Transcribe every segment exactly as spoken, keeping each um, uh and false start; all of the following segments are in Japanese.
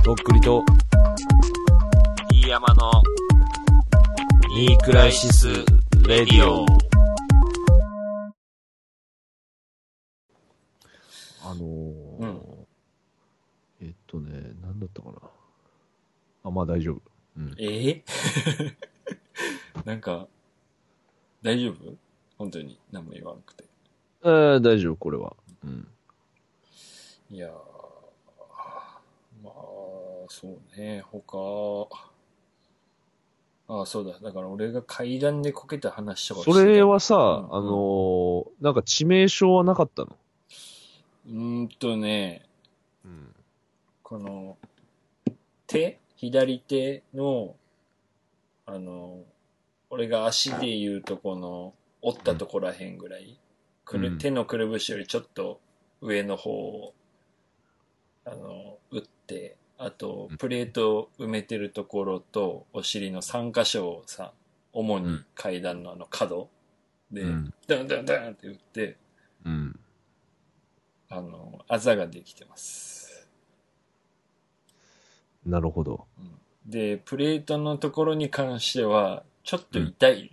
とっくりと、 飯山の、 ニークライシス・レディオ。あのー、うん、えっとね、なんだったかな。あ、まあ大丈夫。うん、 えー、なんか、大丈夫？本当に何も言わなくて。 えー、大丈夫、これは。うん。 いやー、まあ、そうね、他、ああ、そうだ。だから俺が階段でこけた話とかしてた。 それはさ、うん、あのー、なんか致命傷はなかったの？ うーんとね、うん、この、手左手の、あの、俺が足で言うとこの、折ったとこらへんぐらい、くる、うん、手のくるぶしよりちょっと上の方を、あの、打って、あと、プレート埋めてるところと、お尻のさん箇所をさ、主に階段のあの角で、うん、ダンダンダンって打って、うん、あの、あざができてます。 なるほど。 うん、で、プレートのところに関しては、ちょっと痛いよね。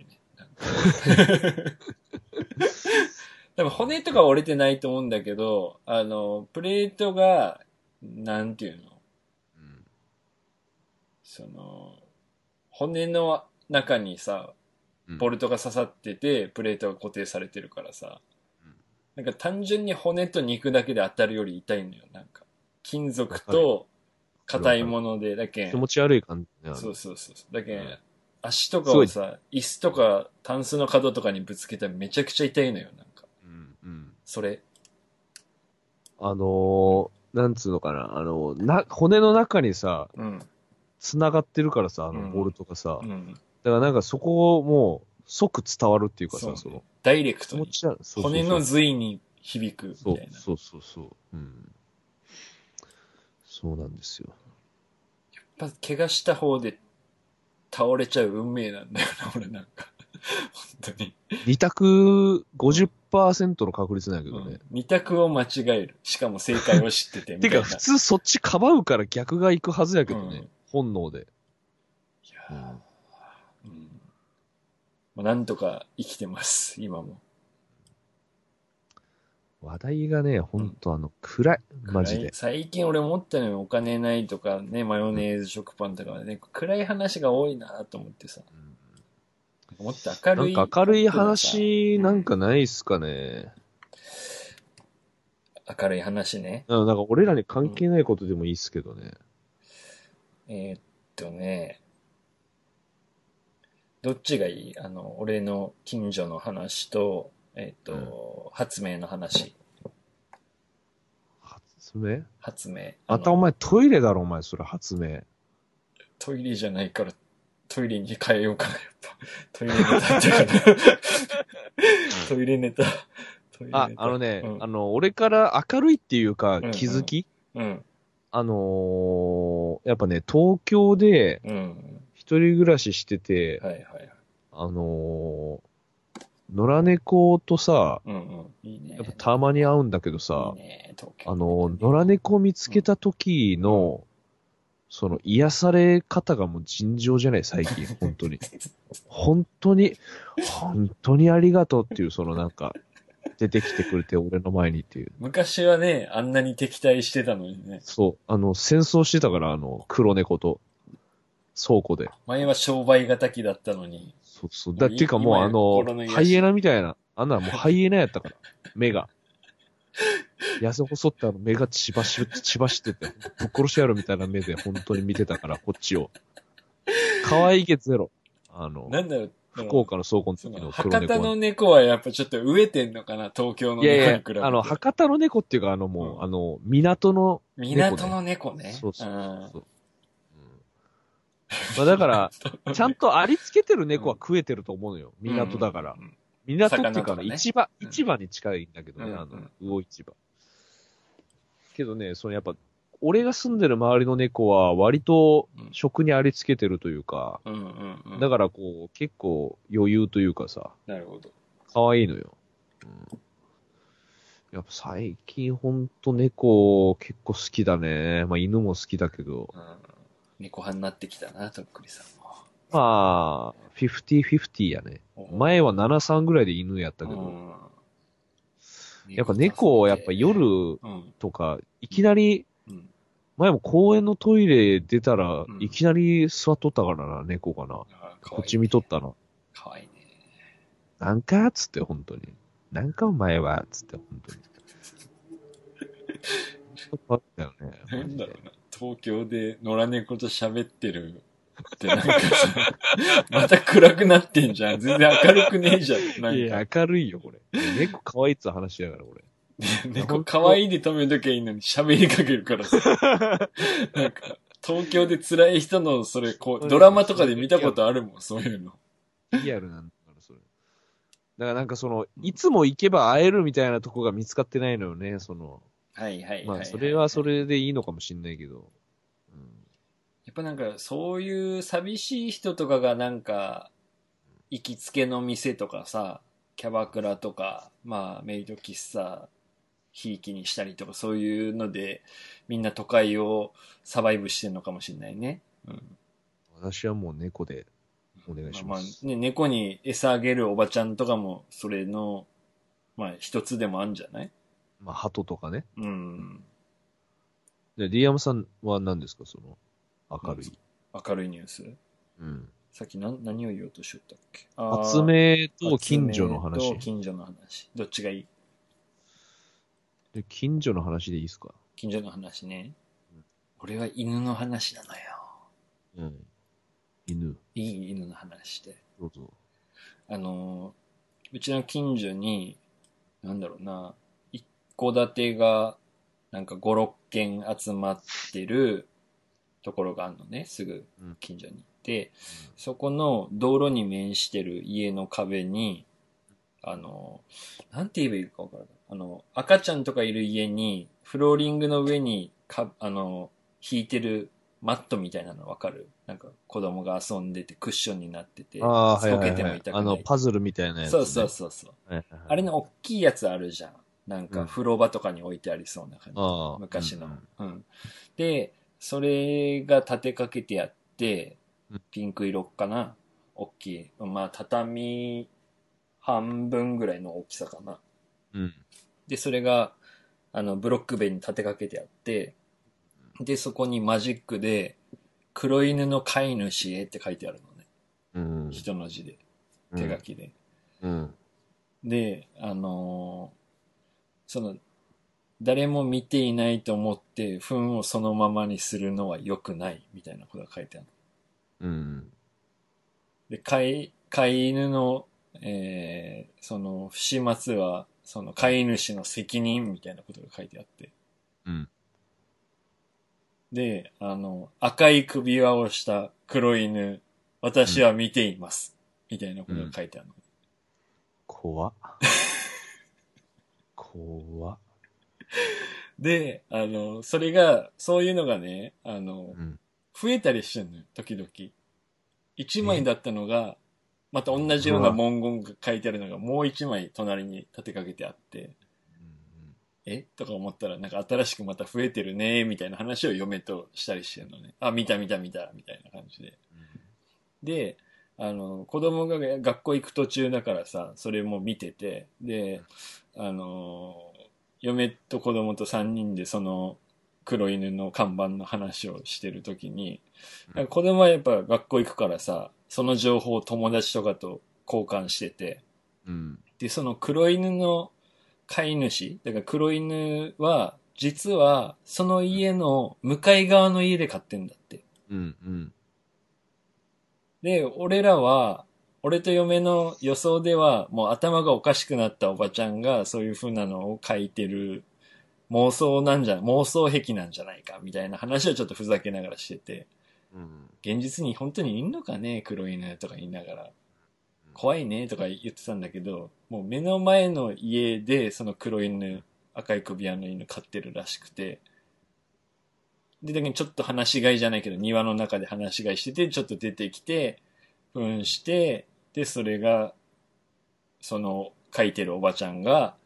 うん、多分骨とか折れてないと思うんだけど、あの、プレートが、なんていうの、うん、その、骨の中にさ、ボルトが刺さってて、プレートが固定されてるからさ、なんか単純に骨と肉だけで当たるより痛いのよ、なんか。金属と硬いもので、だけん。 気持ち悪い感じ。 そうそうそう。だけん、うん、足とかをさ、椅子とかタンスの角とかにぶつけたらめちゃくちゃ痛いのよ、なんか。うんうん、それ。 あのー、なんつうのかな、あのー、な、骨の中にさ、うん、繋がってるからさ、あの、ボルトがさ、うんうん、だからなんかそこをもう、即伝わるっていうかさ、そ,、ね、その。 ダイレクトに。骨の髄に響くみたいな。 そうそうそうそう。うん。そうなんですよ。 やっぱ怪我した方で倒れちゃう運命なんだよな、俺なんか。本当に。 二択ごじゅっパーセントの確率なんやけどね。うん、 二択を間違える。しかも正解を知っててみたいな。 てか普通そっちかばうから逆が行くはずやけどね。うん、本能で。いやー、 うん、まあ、なんとか生きてます、今も。 話題がね、ほんとあの、暗い。マジで。 最近俺思ったのよ、お金ないとかね、マヨネーズ食パンとかね、うん、暗い話が多いなと思ってさ。うん、もっと明るい。 なんか明るい話なんかないっすかね。 うん、明るい話ね。 なんか俺らに関係ないことでもいいっすけどね。 うん、えー、っとね、どっちがいい？あの、俺の近所の話と、えー、っと、うん、発明の話。 発明？ 発明。 またお前トイレだろ、お前、それ発明。 トイレじゃないから、トイレに変えようかな、やっぱ。トイレネタってかな。トイレネタ。トイレネタ。 あ、あのね、うん、あの、俺から明るいっていうか、気づき、うん、うん、あのー、やっぱね、東京で、一人暮らししてて、うん、はいはいはい、あのー、野良猫とさ、うんうん、いいね、やっぱたまに会うんだけどさ、いいね、あのー、野良猫見つけた時の、うん、その癒され方がもう尋常じゃない、最近、本当に。本当に、本当にありがとうっていう、そのなんか、出てきてくれて、俺の前にっていう。 昔はね、あんなに敵対してたのにね。 そう。あの、戦争してたから、あの、黒猫と、倉庫で。 前は商売敵だったのに。 そうそう。だっていうかもう、あの、ハイエナみたいな、あんなもうハイエナやったから、目が。痩せ細ってあの目が血走って、血走ってて、ぶっ殺しやるみたいな目で本当に見てたから、こっちを。可愛げゼロ。あの、 なんだろう、 福岡の倉庫の時の黒猫。博多の猫はやっぱちょっと飢えてんのかな、東京の猫に比べて。いやいや、 あの、博多の猫っていうか、あのもう、うん、あの、港の猫、ね。港の猫ね。 そうそうそうそう。うん、まあだから、ちゃんとありつけてる猫は食えてると思うのよ。港だから。うんうんうん、港っていうか、ね、市場、市場に近いんだけどね、うん、あの、魚市場。けどね、そのやっぱ、俺が住んでる周りの猫は割と食にありつけてるというか、うんうんうん、だからこう、結構余裕というかさ、 なるほど。 可愛いのよ。うん、 やっぱ最近ほんと猫結構好きだね。まあ犬も好きだけど。 うん。猫派になってきたな、とっくりさんも。 まあ、フィフティーフィフティーやね。前はななさんぐらいで犬やったけど。うん、やっぱ猫をやっぱ夜とか、いきなり、前も公園のトイレ出たら、いきなり座っとったからな、猫がな。こっち見とったな。 かわいいね。 なんかつって、本当に。なんかお前はつって、本当に。そうだよね。 なんだろうな。東京で野良猫と喋ってるってなんかさ、また暗くなってんじゃん。全然明るくねえじゃん。なんかいや、明るいよ、これ。猫可愛いっつう話だから、これ。 猫可愛いで止めときゃいいのに喋りかけるからさ。なんか、東京で辛い人の、それ、こう、ドラマとかで見たことあるもん、そういうの。 リアルなんだから、それ。だからなんかその、いつも行けば会えるみたいなとこが見つかってないのよね、その。 はいはいはい。 まあ、それはそれでいいのかもしんないけど。うん、 やっぱなんか、そういう寂しい人とかがなんか、行きつけの店とかさ、キャバクラとか、まあ、メイド喫茶、ひいきにしたりとか、そういうので、みんな都会をサバイブしてんのかもしれないね。うん。 私はもう猫でお願いします。 まあ、まあ、ね、猫に餌あげるおばちゃんとかも、それの、まあ、一つでもあるんじゃない？ まあ、鳩とかね。 うん。 で、ディアムさんは何ですか、その、明るい。 明るいニュース。 うん。 さっき何、何を言おうとしよったっけ？ 発明と近所の話。 と近所の話。どっちがいい？ で、近所の話でいいですか？ 近所の話ね。うん、俺は犬の話なのよ。 うん。犬。 いい犬の話で。 どうぞ。 あの、うちの近所に、なんだろうな、一戸建てが、なんかご、ろっけん集まってるところがあるのね、すぐ近所に。で、そこの道路に面してる家の壁に、あの、なんて言えばいいかわからない。あの、赤ちゃんとかいる家に、フローリングの上にか、あの、引いてるマットみたいなのわかる？なんか子供が遊んでてクッションになってて、 ああ、はいこはいはい。 けても痛くない。 あの、パズルみたいなやつ、ね。 そうそうそうそう。 はいはいはい、 あれの大きいやつあるじゃん。なんか風呂場とかに置いてありそうな感じ。 うん、 昔の、 うん、 うん。で、それが立てかけてあって、ピンク色かな。大きい。まあ、畳半分ぐらいの大きさかな。 うん。 で、それが、あの、ブロック塀に立てかけてあって、で、そこにマジックで、黒犬の飼い主へって書いてあるのね。 うん、 人の字で。手書きで。 うん、 で、あのー、その、誰も見ていないと思って、糞をそのままにするのは良くない、みたいなことが書いてあるの。うん。 で、飼い、飼い犬の、えー、その、不始末は、その飼い主の責任みたいなことが書いてあって。 うん。 で、あの、赤い首輪をした黒犬、私は見ています。うん、みたいなことが書いてあるの。うん、 怖っ。怖っ。 で、あの、それが、そういうのがね、あの、 うん、 増えたりしてんのよ、時々。一枚だったのが、また同じような文言が書いてあるのが、もう一枚隣に立てかけてあって、えとか思ったら、なんか新しくまた増えてるね、みたいな話を嫁としたりしてるのね。あ、見た見た見た、みたいな感じで。で、あの、子供が学校行く途中だからさ、それも見てて、で、あの、嫁と子供と三人でその黒犬の看板の話をしてるときに、子供はやっぱ学校行くからさ、その情報を友達とかと交換してて、 うん、で、 その黒犬の飼い主、だから黒犬は、実はその家の向かい側の家で飼ってんだって。 うんうん、 で、俺らは、俺と嫁の予想では、もう頭がおかしくなったおばちゃんがそういう風なのを書いてる妄想なんじゃ、妄想癖なんじゃないか、みたいな話をちょっとふざけながらしてて、うん、現実に本当にいんのかね、黒犬とか言いながら。怖いねとか言ってたんだけど、もう目の前の家でその黒犬、赤い首輪の犬飼ってるらしくて、で、だけどちょっと話し飼いじゃないけど、庭の中で話し飼いしてて、ちょっと出てきて、糞して、で、それが、その、書いてるおばちゃんが、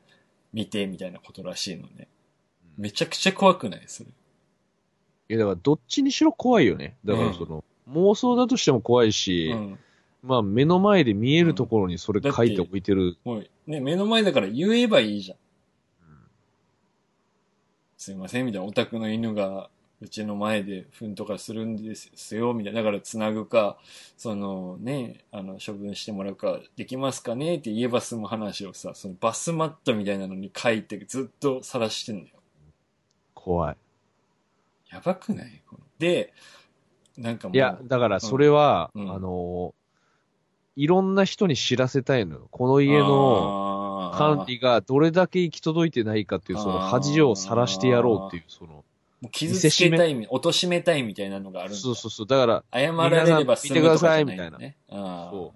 見てみたいなことらしいのね。めちゃくちゃ怖くないそれ。いや、だからどっちにしろ怖いよね。だからその、うん、妄想だとしても怖いし、うん、まあ目の前で見えるところにそれ書いておいてる。 もうね、目の前だから言えばいいじゃん。うん、すいません、みたいな。お宅の犬がうちの前で糞とかするんですよ、みたいな。だから繋ぐか、そのね、あの、処分してもらうか、できますかねって言えば済む話をさ、そのバスマットみたいなのに書いてずっと晒してんだよ。 怖い。 やばくないで、なんかもう。 いや、だからそれは、うん、あの、いろんな人に知らせたいのよ。この家の管理がどれだけ行き届いてないかっていう、その恥を晒してやろうっていう、その、 もう傷つけたい、貶めたいみたいなのがあるんだ。 そうそうそう。だから、 謝られれば済むとかじゃないんだね。見てくださいみたいな。そう。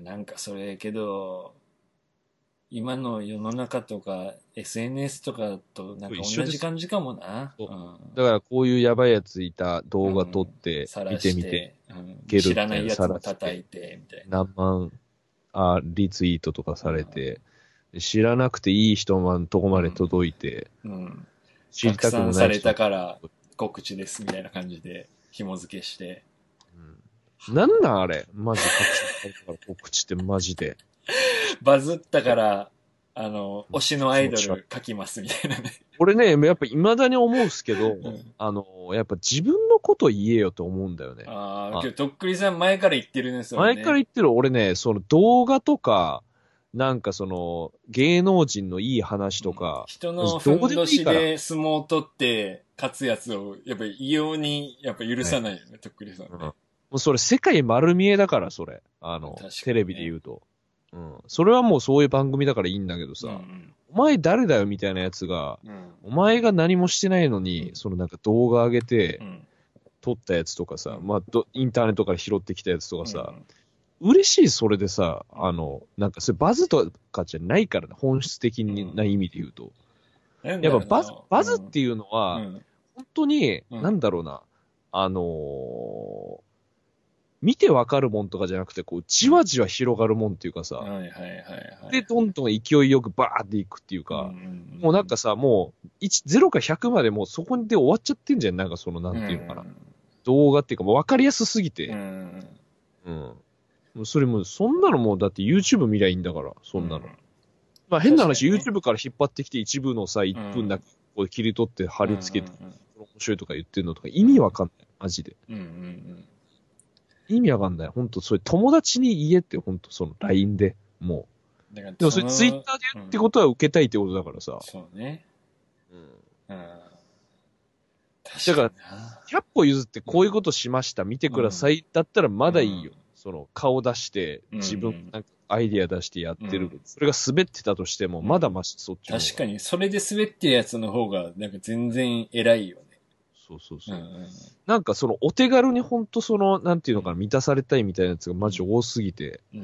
なんかそれけど、今の世の中とか エスエヌエス とかとなんか同じ感じかもな。 うん、だからこういうやばいやついた動画撮って、うん、見てみて、 うん、知らないやつも叩いて、みたいな。 何万あリツイートとかされて、うん、知らなくていい人のとこまで届いて、 うんうん、知りたくもない人。拡散されたから告知ですみたいな感じで紐付けして。 うん、なんなんあれマジ拡散されたから告知ってマジで。 バズったから、あの、推しのアイドル書きますみたいなね。 俺ね、やっぱ未だに思うんすけど、うん、あの、やっぱ自分のこと言えよと思うんだよね。 ああ、今日とっくりさん前から言ってるね、それね。 前から言ってる俺ね、その動画とか、なんかその、芸能人のいい話とか、うん、 人のふんどしで相撲を取って勝つやつを、やっぱり異様に、やっぱ許さないよね、はい、とっくりさんね、うん。もうそれ世界丸見えだから、それ。あの、ね、テレビで言うと。うん。それはもうそういう番組だからいいんだけどさ、うんうん、お前誰だよみたいなやつが、うん、お前が何もしてないのに、うん、そのなんか動画上げて、うん、撮ったやつとかさ、うん、まあど、インターネットから拾ってきたやつとかさ、うん、嬉しいそれでさ、あの、なんかそれバズとかじゃないからね、本質的な意味で言うと。うん、やっぱバズ、バズっていうのは、うん、本当に、なんだろうな、あのー、見てわかるもんとかじゃなくて、こう、じわじわ広がるもんっていうかさ、はいはいはいはい、で、どんどん勢いよくバーっていくっていうか、うんうんうん、もうなんかさ、もう、いち、ゼロかひゃくまでもうそこで終わっちゃってんじゃん、なんかその、なんていうのかな。うんうん、動画っていうか、もうわかりやすすぎて、うん、うん。もうそれも、そんなのもう、だって YouTube 見りゃいいんだから、そんなの。うん、まあ変な話、ね、YouTube から引っ張ってきて一部のさ、いっぷんだけこう切り取って貼り付けて、うんうんうん、面白いとか言ってるのとか意味わかんない、マジで。うんうんうん、意味わかんない。ほんと、それ友達に言えって、ほんと、その ライン で、もう。でもそれ Twitter で言うってことは受けたいってことだからさ。うん、 そうね。うん。うん。 だから、ひゃっぽ譲ってこういうことしました、見てください、だったらまだいいよ。うん、その、顔出して、自分、なんかアイディア出してやってる。うん、それが滑ってたとしても、まだまし、そっちの方が。 確かに、それで滑ってるやつの方が、なんか全然偉いよね。 そうそうそう。うんうん、なんかそのお手軽にほんとその、なんていうのかな、満たされたいみたいなやつがマジ多すぎて。うん。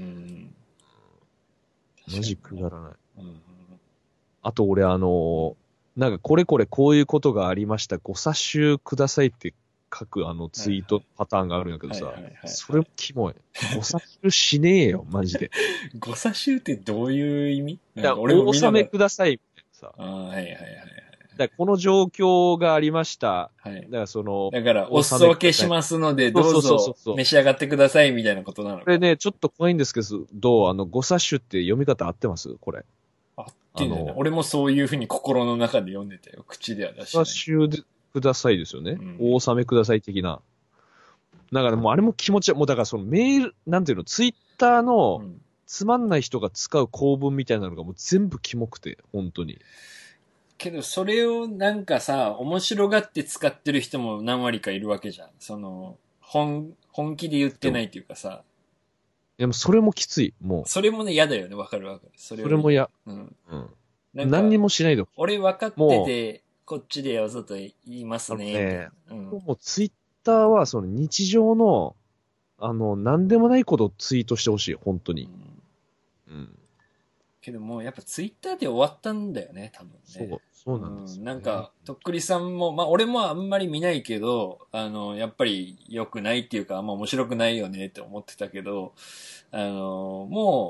マジくだらない。うん、あと俺あの、なんかこれこれこういうことがありました、ご冊子くださいって書くあのツイートパターンがあるんだけどさ、それもキモい。ご冊子しねえよ、マジで。 ご冊子ってどういう意味？ いや、俺お納めくださいみたいなさ。 ああ、はいはいはい。 だこの状況がありました。はい。だからその。 だから、お裾分けしますので、どうぞ召し上がってくださいみたいなことなのか。 これね、ちょっと怖いんですけど、どうあの、ご冊子って読み方合ってますこれ。 合ってないな。俺もそういうふうに心の中で読んでたよ。口では出してない。 ご冊子でくださいですよね。うん、お納めください的な。だからもうあれも気持ちは、もうだからそのメール、なんていうの、ツイッターのつまんない人が使う構文みたいなのがもう全部キモくて、本当に。 けど、それをなんかさ、面白がって使ってる人も何割かいるわけじゃん。その、本、本気で言ってないっていうかさ。 いや、もうそれもきつい、もう。 それもね、嫌だよね、わかるわかる。 それそれも嫌。うん。うん。何にもしないで。 俺分かってて、こっちでわざと言いますね。ね、 うん、もうツイッターはその日常の、あの、何でもないことをツイートしてほしい、本当に。うん。うん、 けどもうやっぱツイッターで終わったんだよね、多分ね。 そう、そうなんです、ね、 うん。なんか、とっくりさんも、まあ俺もあんまり見ないけど、あの、やっぱり良くないっていうか、あんま面白くないよねって思ってたけど、あの、もう、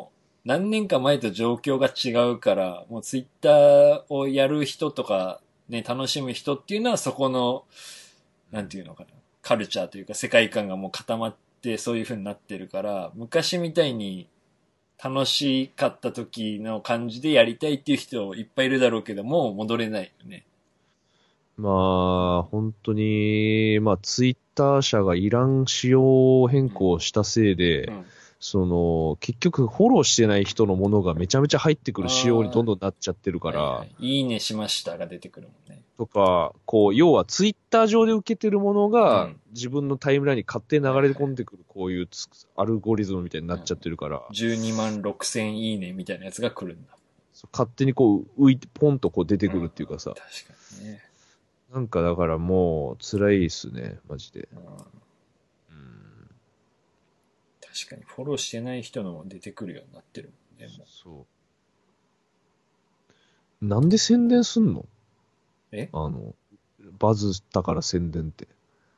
何年か前と状況が違うから、もうツイッターをやる人とか、ね、楽しむ人っていうのはそこの、なんていうのかな、カルチャーというか世界観がもう固まってそういう風になってるから、昔みたいに楽しかった時の感じでやりたいっていう人いっぱいいるだろうけども、戻れないよね。 まあ、本当に、まあ、ツイッター社がいらん仕様変更したせいで、うんうん、その、結局フォローしてない人のものがめちゃめちゃ入ってくる仕様にどんどんなっちゃってるから、はいはい、 いいねしましたが出てくるもんね。 とか、こう、要はツイッター上で受けてるものが、うん、自分のタイムラインに勝手に流れ込んでくる、こういうアルゴリズムみたいになっちゃってるから。 じゅうにまんろくせんいいねみたいなやつが来るんだ。 勝手にこう、浮いて、ポンとこう出てくるっていうかさ。うん、 確かにね。 なんかだからもう、辛いっすね、マジで。うん、うん、 確かに、フォローしてない人のも出てくるようになってるもんね、もう。 そう。なんで宣伝すんの？ え？ あの、バズったから宣伝って。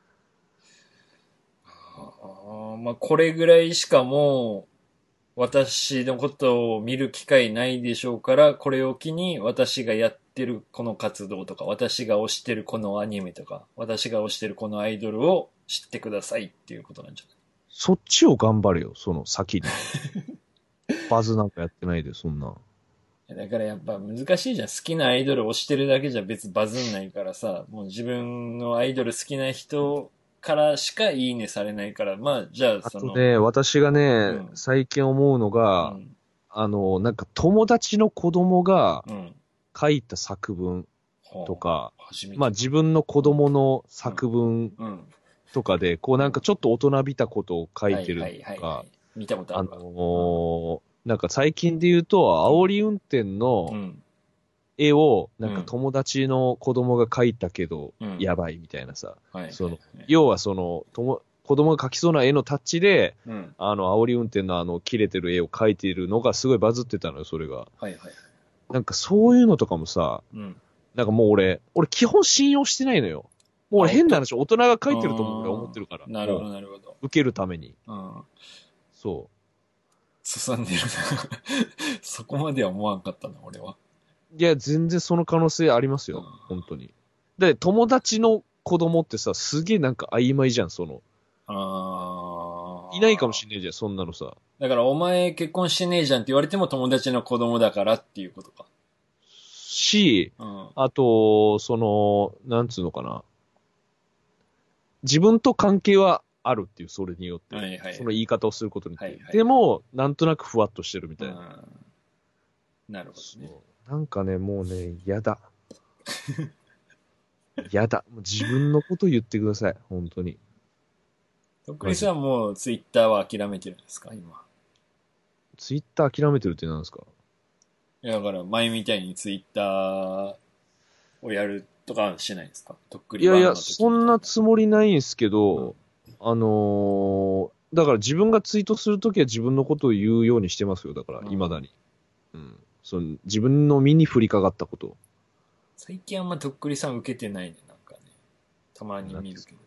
ああ、まあ、これぐらいしかもう、私のことを見る機会ないでしょうから、これを機に私がやってるこの活動とか、私が推してるこのアニメとか、私が推してるこのアイドルを知ってくださいっていうことなんじゃない？ そっちを頑張れよ、その先に。バズなんかやってないで、そんな。 だからやっぱ難しいじゃん。好きなアイドルを推してるだけじゃ別にバズんないからさ、もう自分のアイドル好きな人からしかいいねされないから、まあじゃあその。 あとね、私がね、うん、最近思うのが、うん、あの、なんか友達の子供が書いた作文とか、うん、まあ自分の子供の作文とかで、こうなんかちょっと大人びたことを書いてるとか、 見たことあるわ。 あのー、なんか最近で言うと、煽り運転の絵を、なんか友達の子供が描いたけど、やばいみたいなさ。その、要はその、とも、子供が描きそうな絵のタッチで、うん、あの、煽り運転のあの、切れてる絵を描いているのがすごいバズってたのよ、それが。はいはい。なんかそういうのとかもさ、うん、なんかもう俺、俺基本信用してないのよ。もう俺変な話、大人が描いてると俺思ってるから。 なるほど、なるほど。 受けるために。うん。そう。 すさんでるな。そこまでは思わんかったな、俺は。 いや、全然その可能性ありますよ。本当に。で、友達の子供ってさ、すげえなんか曖昧じゃん、その。ああ。いないかもしんないじゃん、そんなのさ。 だから、お前結婚してねえじゃんって言われても友達の子供だからっていうことか。 し、うん、あと、その、なんつうのかな。自分と関係はあるっていう、それによって。はいはいはい、その言い方をすることによって。はいはいはい、でも、なんとなくふわっとしてるみたいな。 なるほどね。 なんかね、もうね、嫌だ。嫌だ。もう自分のこと言ってください、本当に。 とっくりさんはもうツイッターは諦めてるんですか、今。 ツイッター諦めてるって何ですか？ いや、だから前みたいにツイッターをやるとかしないんですか？とっくりいやいや、そんなつもりないんですけど、うん、あのー、だから自分がツイートするときは自分のことを言うようにしてますよ、だから、未だに。うん。その自分の身に降りかかったこと。 最近あんまとっくりさん受けてないね、なんかね。たまに見るけど。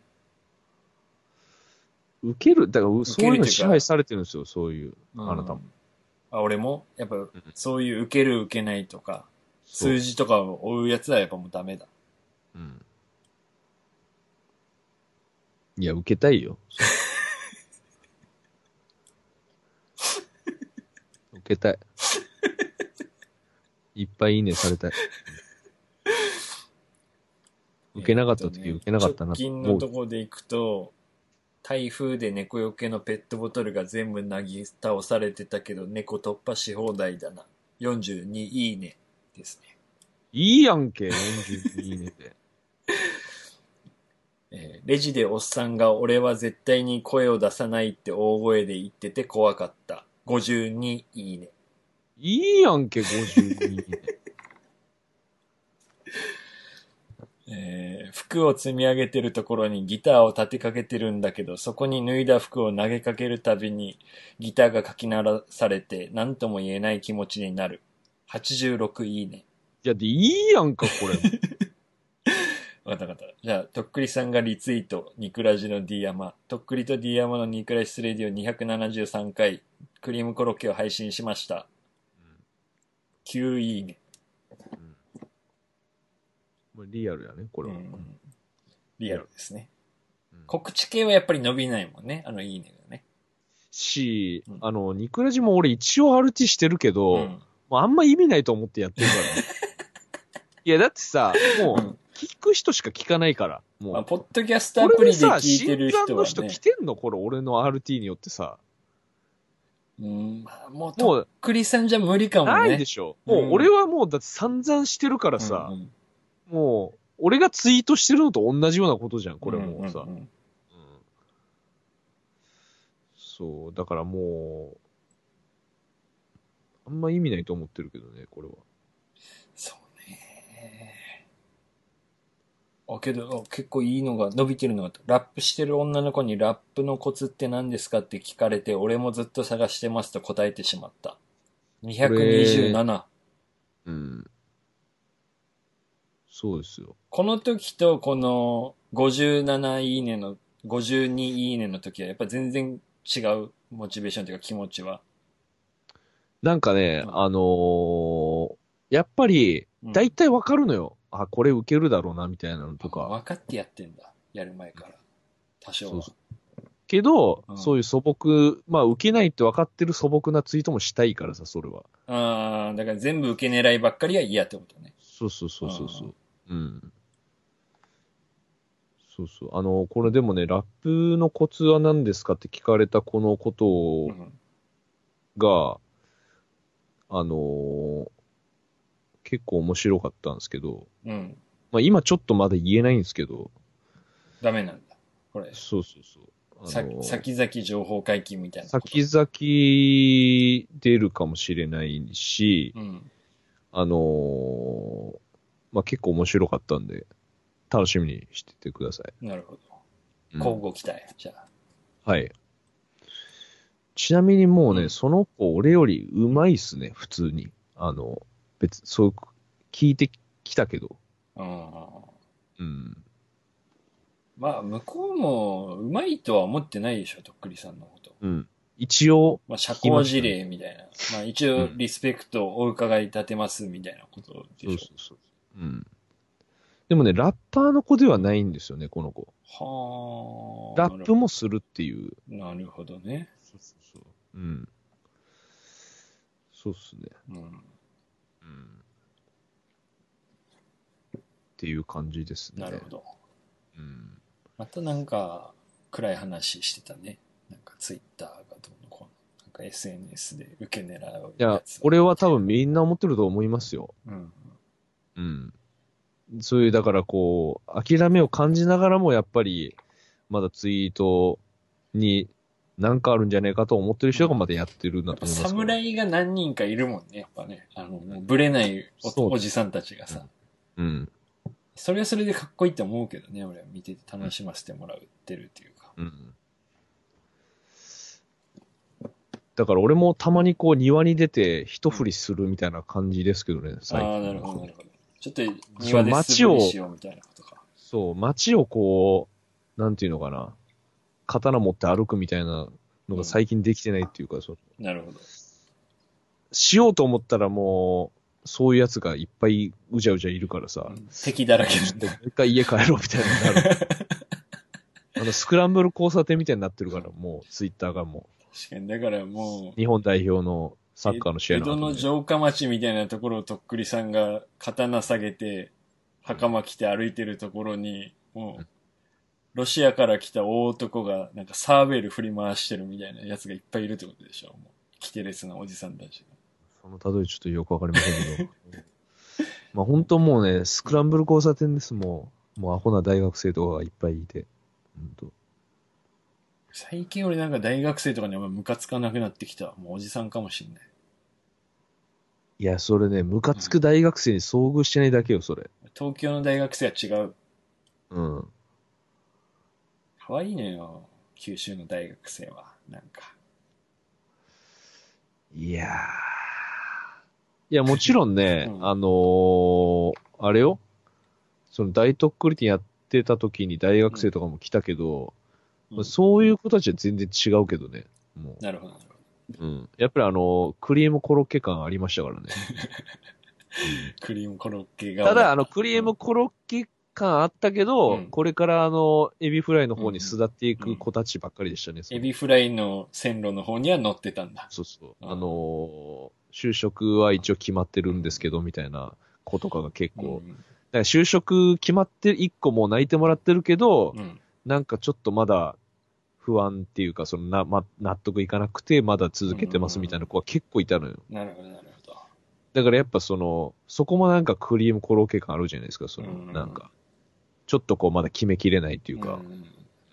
受けるだから、そういうの支配されてるんですよ、そういう、うん、あなたも。 あ、俺もやっぱ、そういう受ける受けないとか、数字とかを追うやつはやっぱもうダメだ。うん。 いや、受けたいよ。受けたい。いっぱいいいねされたい。受けなかった時、受けなかったなと。直近のところでいくと、台風で猫よけのペットボトルが全部なぎ倒されてたけど、猫突破し放題だな。よんじゅうにいいねですね。 いいやんけ、よんじゅうにいいねで。 えー、レジでおっさんが俺は絶対に声を出さないって大声で言ってて怖かった。ごじゅうにいいね。 いいやんけ、ごじゅうにいいね。 えー、服を積み上げてるところにギターを立てかけてるんだけど、そこに脱いだ服を投げかけるたびにギターがかき鳴らされて何とも言えない気持ちになる。はちじゅうろくいいね。 いや、でいいやんか、これ。 わかったわかった。じゃあ、とっくりさんがリツイート、ニクラジの D 山、とっくりと D 山のニクラジスレディオにひゃくななじゅうさんかい、クリームコロッケを配信しました。 きゅういいね。 うん、リアルやね、これは。うん、 リアルですね、うん。告知系はやっぱり伸びないもんね、あのいいねがね。 し、うん、あの、ニクラジも俺一応 アールティー してるけど、うん、もうあんま意味ないと思ってやってるからね。いや、だってさ、もう、聞く人しか聞かないから。もう。 まあ、ポッドキャストアプリで聞いてる人は、ね。新参の人来てんのこれ、俺の アールティー によってさ。 うん、もう、とっくりさんじゃ無理かもね。 ないでしょ。もう、俺はもう、だって散々してるからさ、うんうん、もう、俺がツイートしてるのと同じようなことじゃん、これもうさ。うんうんうんうん、そう、だからもう、あんま意味ないと思ってるけどね、これは。 そうね。あ、けど、結構いいのが、伸びてるのが、ラップしてる女の子にラップのコツって何ですかって聞かれて、俺もずっと探してますと答えてしまった。にひゃくにじゅうなな。 うん。そうですよ。 この時とこのごじゅうなないいねの、ごじゅうにいいねの時はやっぱ全然違うモチベーションというか気持ちは。 なんかね、うん、あのー、やっぱり、だいたいわかるのよ。うん、あ、これ受けるだろうな、みたいなのとか。 分かってやってんだ。やる前から。多少は。そうそうけど、うん、そういう素朴、まあ受けないって分かってる素朴なツイートもしたいからさ、それは。 ああ、だから全部受け狙いばっかりは嫌ってことね。 そうそうそうそうそう。うん。そうそう。あの、これでもね、ラップのコツは何ですかって聞かれたこのことを、うん、が、あのー、結構面白かったんですけど、うん。まあ今ちょっとまだ言えないんですけど。 ダメなんだ。これ。 そうそうそう。 あのー、先々情報解禁みたいなこと。先々出るかもしれないし、うん、あのー、まあ結構面白かったんで、楽しみにしててください。 なるほど。交互期待、うん、じゃあ。 はい。ちなみにもうね、うん、その子俺より上手いっすね、普通に。あの、別、そう、聞いてきたけど。うん。 まあ、向こうも上手いとは思ってないでしょ、とっくりさんのこと。 うん。一応、 まあ、社交辞令みたいな。まあ、一応、リスペクトをお伺い立てますみたいなことでしょ。そうそうそう。 うん。でもね、ラッパーの子ではないんですよね、この子。はあ。ラップもするっていう。 なるほどね。 そうそうそう。うん。そうっすね。うん。うん。っていう感じですね。 なるほど。うん。またなんか、暗い話してたね。なんかツイッターがどうのこうの。なんか エスエヌエス で受け狙うやつ。 いや、俺は多分みんな思ってると思いますよ。うん。うん。そういう、だからこう、諦めを感じながらもやっぱり、まだツイートに何かあるんじゃねえかと思ってる人がまだやってるんだと思います、ね。 侍が何人かいるもんね、やっぱね。あの、もうブレないお、おじさんたちがさ。うん。うん。それはそれでかっこいいって思うけどね、俺は見てて楽しませてもらってるっていうか。うん。 だから俺もたまにこう庭に出て一振りするみたいな感じですけどね、 最近。ああ、なるほど、なるほど。ちょっと庭で素振りしようみたいなことか。 そう、街をこう、なんていうのかな、刀持って歩くみたいなのが最近できてないっていうか、うん、そう。 なるほど。しようと思ったらもう、そういうやつがいっぱいうじゃうじゃいるからさ。うん、 敵だらけなんだ。もう一回家帰ろうみたいになる。あの、スクランブル交差点みたいになってるから、もう、ツイッターがもう。確かに、だからもう。日本代表のサッカーの試合の、 ね、江戸の城下町みたいなところをとっくりさんが刀下げて、袴着て歩いてるところに、もう、ロシアから来た大男が、なんかサーベル振り回してるみたいなやつがいっぱいいるってことでしょ。もう、キテレスなおじさんたちが。 その例えちょっとよくわかりませんけど。まあ本当もうね、スクランブル交差点です。もう、もうアホな大学生とかがいっぱいいて。本当。 最近俺なんか大学生とかにあんまムカつかなくなってきた。もうおじさんかもしんない。 いや、それね、ムカつく大学生に遭遇してないだけよ、それ。 東京の大学生は違う。 うん。 可愛いのよ、九州の大学生は。なんか。 いやー。いや、もちろんね、うん、あのー、あれよ。その大特クリティやってた時に大学生とかも来たけど、うん、そういう子たちは全然違うけどね。もうなるほど、なるほど。 うん。やっぱりあの、クリームコロッケ感ありましたからね。 クリームコロッケが。 ただ、あの、クリームコロッケ感あったけど、うん、これからあの、エビフライの方に巣立っていく子たちばっかりでしたね。 うんうん、エビフライの線路の方には乗ってたんだ。 そうそう。あのー、就職は一応決まってるんですけど、みたいな子とかが結構。うん、だから就職決まって一個もう泣いてもらってるけど、うん、なんかちょっとまだ不安っていうか、そのな、ま、納得いかなくて、まだ続けてますみたいな子は結構いたのよ。 なるほど、なるほど。 だからやっぱその、そこもなんかクリームコロッケ感あるじゃないですか、その、なんか、ちょっとこうまだ決めきれないっていうか、うん、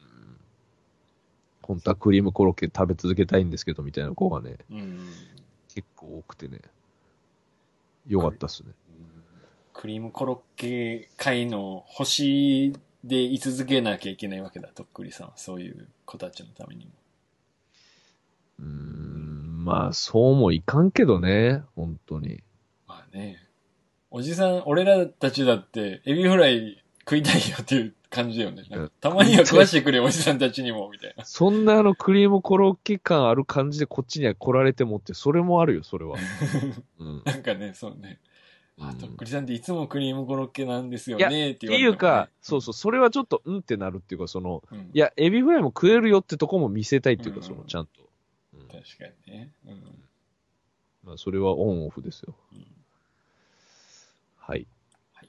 本当はクリームコロッケ食べ続けたいんですけど、みたいな子がね、うん、結構多くてね、よかったっすね。 クリームコロッケ界の星で居続けなきゃいけないわけだ、とっくりさんは。そういう子たちのためにも。 うーん、まあ、そうもいかんけどね、本当に。 まあね。おじさん、俺らたちだって、エビフライ食いたいよっていう感じだよね。なんかたまには食わしてくれ、おじさんたちにも、みたいな。 そんなあの、クリームコロッケ感ある感じでこっちには来られてもって、それもあるよ、それは。 うん、なんかね、そうね。あ、とっくりさんっていつもクリームコロッケなんですよねって言われて、ね。っていうか、そうそう、それはちょっと、うんってなるっていうか、その、うん、いや、エビフライも食えるよってとこも見せたいっていうか、うん、その、ちゃんと。 うん、確かにね。うん。 まあ、それはオンオフですよ。うん、はい。はい。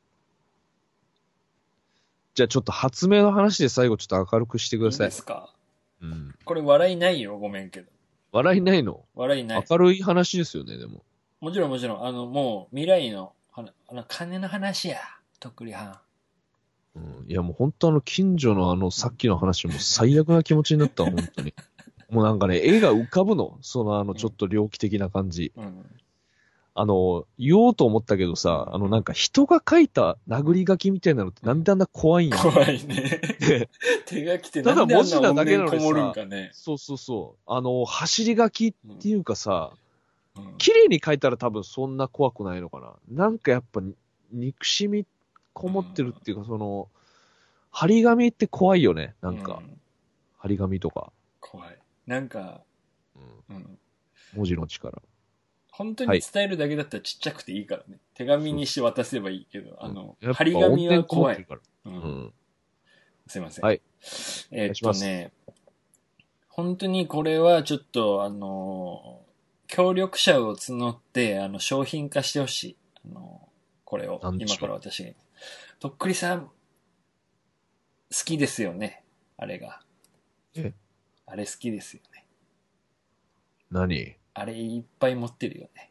じゃあちょっと発明の話で最後ちょっと明るくしてください。いいですか？うん。これ笑いないよ、ごめんけど。 笑いないの？ 笑いない。 明るい話ですよね、でも。 もちろんもちろん、あの、もう、未来の、あの、金の話や、とっくりはん。 うん、いやもう本当あの近所のあのさっきの話も最悪な気持ちになった、本当に。もうなんかね、絵が浮かぶの。そのあのちょっと猟奇的な感じ。うんうん、あの、言おうと思ったけどさ、あのなんか人が描いた殴り書きみたいなのってなんであんな怖いんや。 怖いね。手書きってなんであんな怨念こもるんかね。 そうそうそう。あの、走り書きっていうかさ、うんうん、綺麗に描いたら多分そんな怖くないのかな。なんかやっぱ憎しみこもってるっていうか、その、張り紙って怖いよね、なんか。うん、張り紙とか。 怖い。なんか、 うん。うん、文字の力。 本当に伝えるだけだったらちっちゃくていいからね。はい、手紙にして渡せばいいけど、あの、張り紙は怖い。うん。うん、すいません。 はい。 えー、っとね、本当にこれはちょっと、あの、協力者を募って、あの、商品化してほしい。あの、これを、今から私が。とっくりさん、好きですよね。あれが。 え？ あれ好きですよね。 何？ あれいっぱい持ってるよね。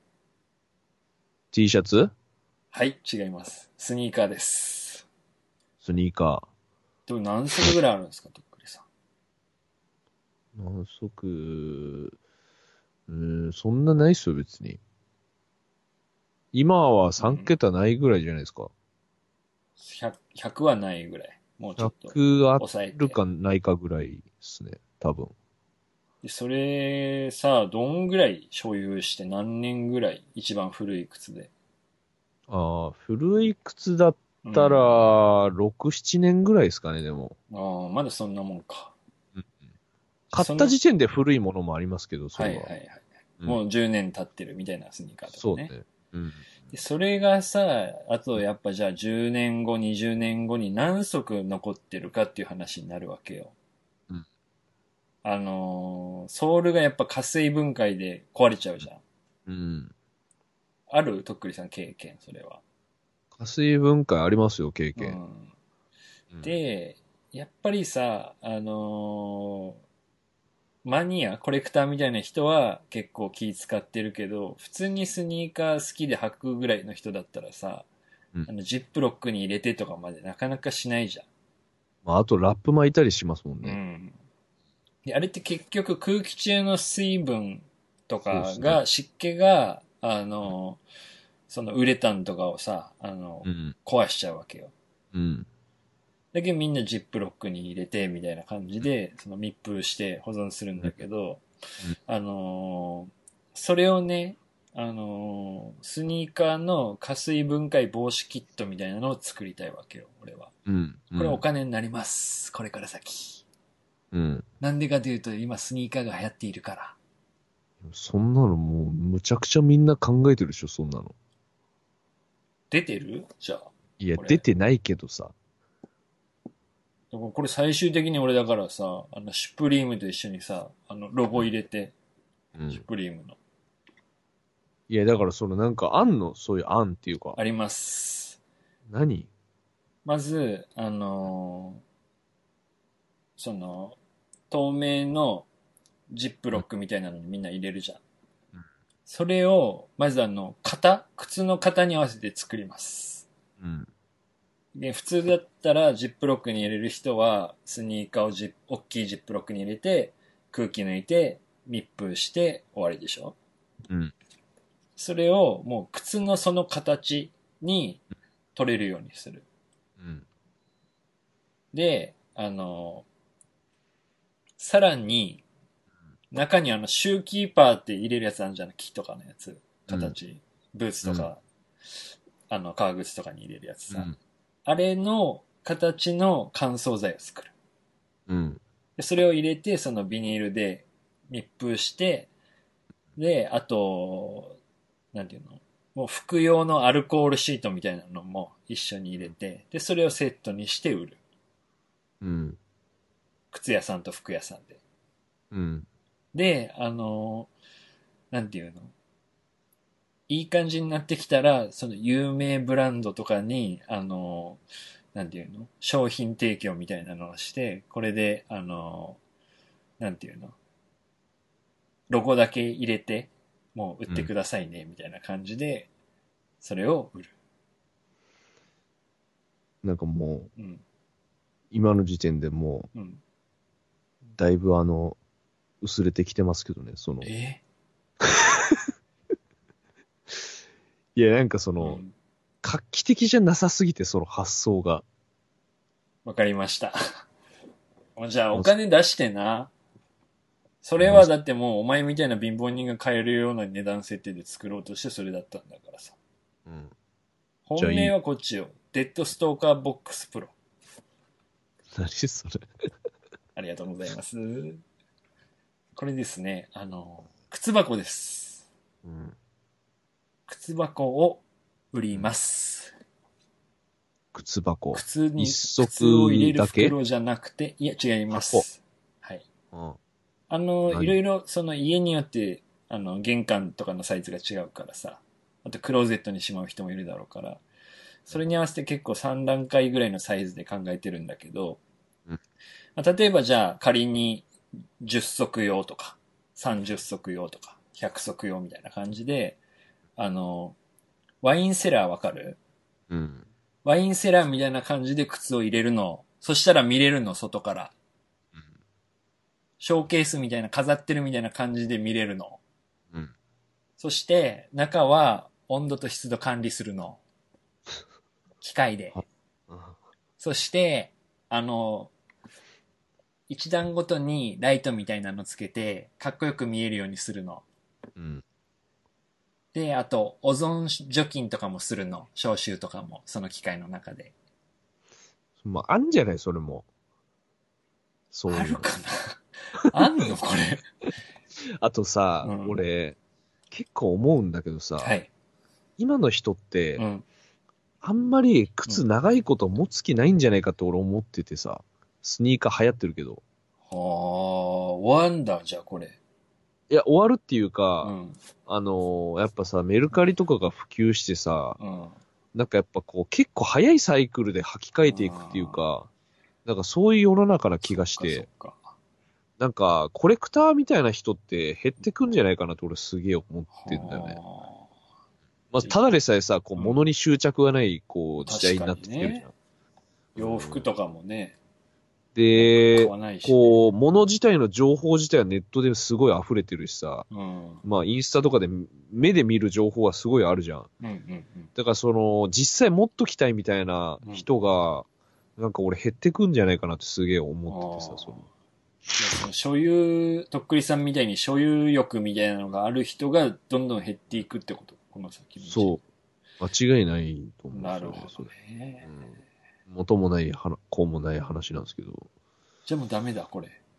T シャツ？ はい、違います。スニーカーです。 スニーカー。でも何足ぐらいあるんですか、とっくりさん。何足、うーん、そんなないっすよ、別に。今はさん桁ないぐらいじゃないですか。 ひゃく、ひゃくはないぐらい。もうちょっと。 ひゃくあるかないかぐらいですね、多分。 でそれさ、どんぐらい所有して何年ぐらい一番古い靴で。 ああ、古い靴だったら、ろく、ななねんぐらいですかね、でも。 ああ、まだそんなもんか。 うん、買った時点で古いものもありますけど、それは。 はいはいはい。うん、もうじゅうねん経ってるみたいなスニーカーとかね。 そうね。うん。 でそれがさ、あとやっぱじゃあじゅうねんご、にじゅうねんごに何足残ってるかっていう話になるわけよ。うん。あのー、ソールがやっぱ加水分解で壊れちゃうじゃん。うん。ある？とっくりさん経験、それは。 加水分解ありますよ、経験。 うん、で、やっぱりさ、あのー、マニア、コレクターみたいな人は結構気使ってるけど、普通にスニーカー好きで履くぐらいの人だったらさ、うん、あのジップロックに入れてとかまでなかなかしないじゃん。 まあ、あとラップ巻いたりしますもんね。うん。 であれって結局空気中の水分とかが、ね、湿気が、あの、うん、そのウレタンとかをさ、あの、うん、壊しちゃうわけよ。うん。だけどみんなジップロックに入れて、みたいな感じで、その密封して保存するんだけど、うん、あのー、それをね、あのー、スニーカーの加水分解防止キットみたいなのを作りたいわけよ、俺は。うん。うん、これお金になります。これから先。うん。なんでかというと、今スニーカーが流行っているから。 そんなのもう、むちゃくちゃみんな考えてるでしょ、そんなの。 出てるじゃあ。 いや、出てないけどさ。 これ最終的に俺だからさ、あの、シュプリームと一緒にさ、あの、ロゴ入れて、うん、シュプリームの。 いや、だからそのなんかあんのそういう案っていうか。 あります。 何？ まず、あのー、その、透明のジップロックみたいなのにみんな入れるじゃん。うん、それを、まずあの、型靴の型に合わせて作ります。うん。で、普通だったらジップロックに入れる人は、スニーカーをジ大きいジップロックに入れて、空気抜いて、密封して終わりでしょ？うん。それをもう靴のその形に取れるようにする。うん。で、あの、さらに、中にあの、シューキーパーって入れるやつあるじゃん、木とかのやつ。形。うん、ブーツとか、うん、あの、革靴とかに入れるやつさ。うん、あれの形の乾燥剤を作る。うん。で、それを入れて、そのビニールで密封して、で、あと、なんていうの？もう服用のアルコールシートみたいなのも一緒に入れて、で、それをセットにして売る。うん。靴屋さんと服屋さんで。うん。で、あの、なんていうの？いい感じになってきたら、その有名ブランドとかに、あの、なんていうの？商品提供みたいなのをして、これで、あの、なんていうの？ロゴだけ入れて、もう売ってくださいね、みたいな感じで、それを売る。 なんかもう、うん、今の時点でもう、うん、だいぶあの、薄れてきてますけどね、その。えいや、なんかその、うん、画期的じゃなさすぎて、その発想が。 わかりました。じゃあ、お金出してな。それはだってもう、お前みたいな貧乏人が買えるような値段設定で作ろうとしてそれだったんだからさ。うん。本命はこっちよ。デッドストーカーボックスプロ。 何それ。 ありがとうございます。これですね、あの、靴箱です。うん。靴箱を売ります。 靴箱。 靴に、靴を入れる袋じゃなくて、いや、違います。はい。うん。あの、いろいろ、その家によって、あの、玄関とかのサイズが違うからさ。あと、クローゼットにしまう人もいるだろうから。それに合わせて結構さん段階ぐらいのサイズで考えてるんだけど、うん、まあ、例えばじゃあ仮にじゅっ足用とか、さんじゅっ足用とか、ひゃく足用みたいな感じで、あの、ワインセラーわかる？うん。ワインセラーみたいな感じで靴を入れるの。そしたら見れるの、外から。うん、ショーケースみたいな、飾ってるみたいな感じで見れるの。うん。そして、中は温度と湿度管理するの。機械で。そして、あの、一段ごとにライトみたいなのつけて、かっこよく見えるようにするの。うん。で、あと、オゾン除菌とかもするの。消臭とかも、その機械の中で。 まあ、あんじゃないそれも。 そういうの。あるかなあんのこれ。 あとさ、うん、俺、結構思うんだけどさ、はい、今の人って、うん、あんまり靴長いこと持つ気ないんじゃないかって俺思っててさ、スニーカー流行ってるけど。 はあ、終わんだ、じゃあこれ。 いや、終わるっていうか、うん、あのー、やっぱさ、メルカリとかが普及してさ、うん、なんかやっぱこう、結構早いサイクルで履き替えていくっていうか、なんかそういう世の中な気がして、なんかコレクターみたいな人って減ってくんじゃないかなと俺すげえ思ってんだよね。まあ、ただでさえさ、こう、物に執着がない、こう、時代になってきてるじゃん。ね、 洋服とかもね。 で、ね、こう、物自体の情報自体はネットですごい溢れてるしさ、うん、まあ、インスタとかで目で見る情報はすごいあるじゃん。うんうんうん、だからその、実際持っときたいみたいな人が、うん、なんか俺減ってくんじゃないかなってすげえ思っててさ、その。 その所有、とっくりさんみたいに所有欲みたいなのがある人がどんどん減っていくってこと？この先の。 そう。間違いないと思う。 なるほどね。 うん、元もない、こうもない話なんですけど。 じゃあもうダメだ、これ。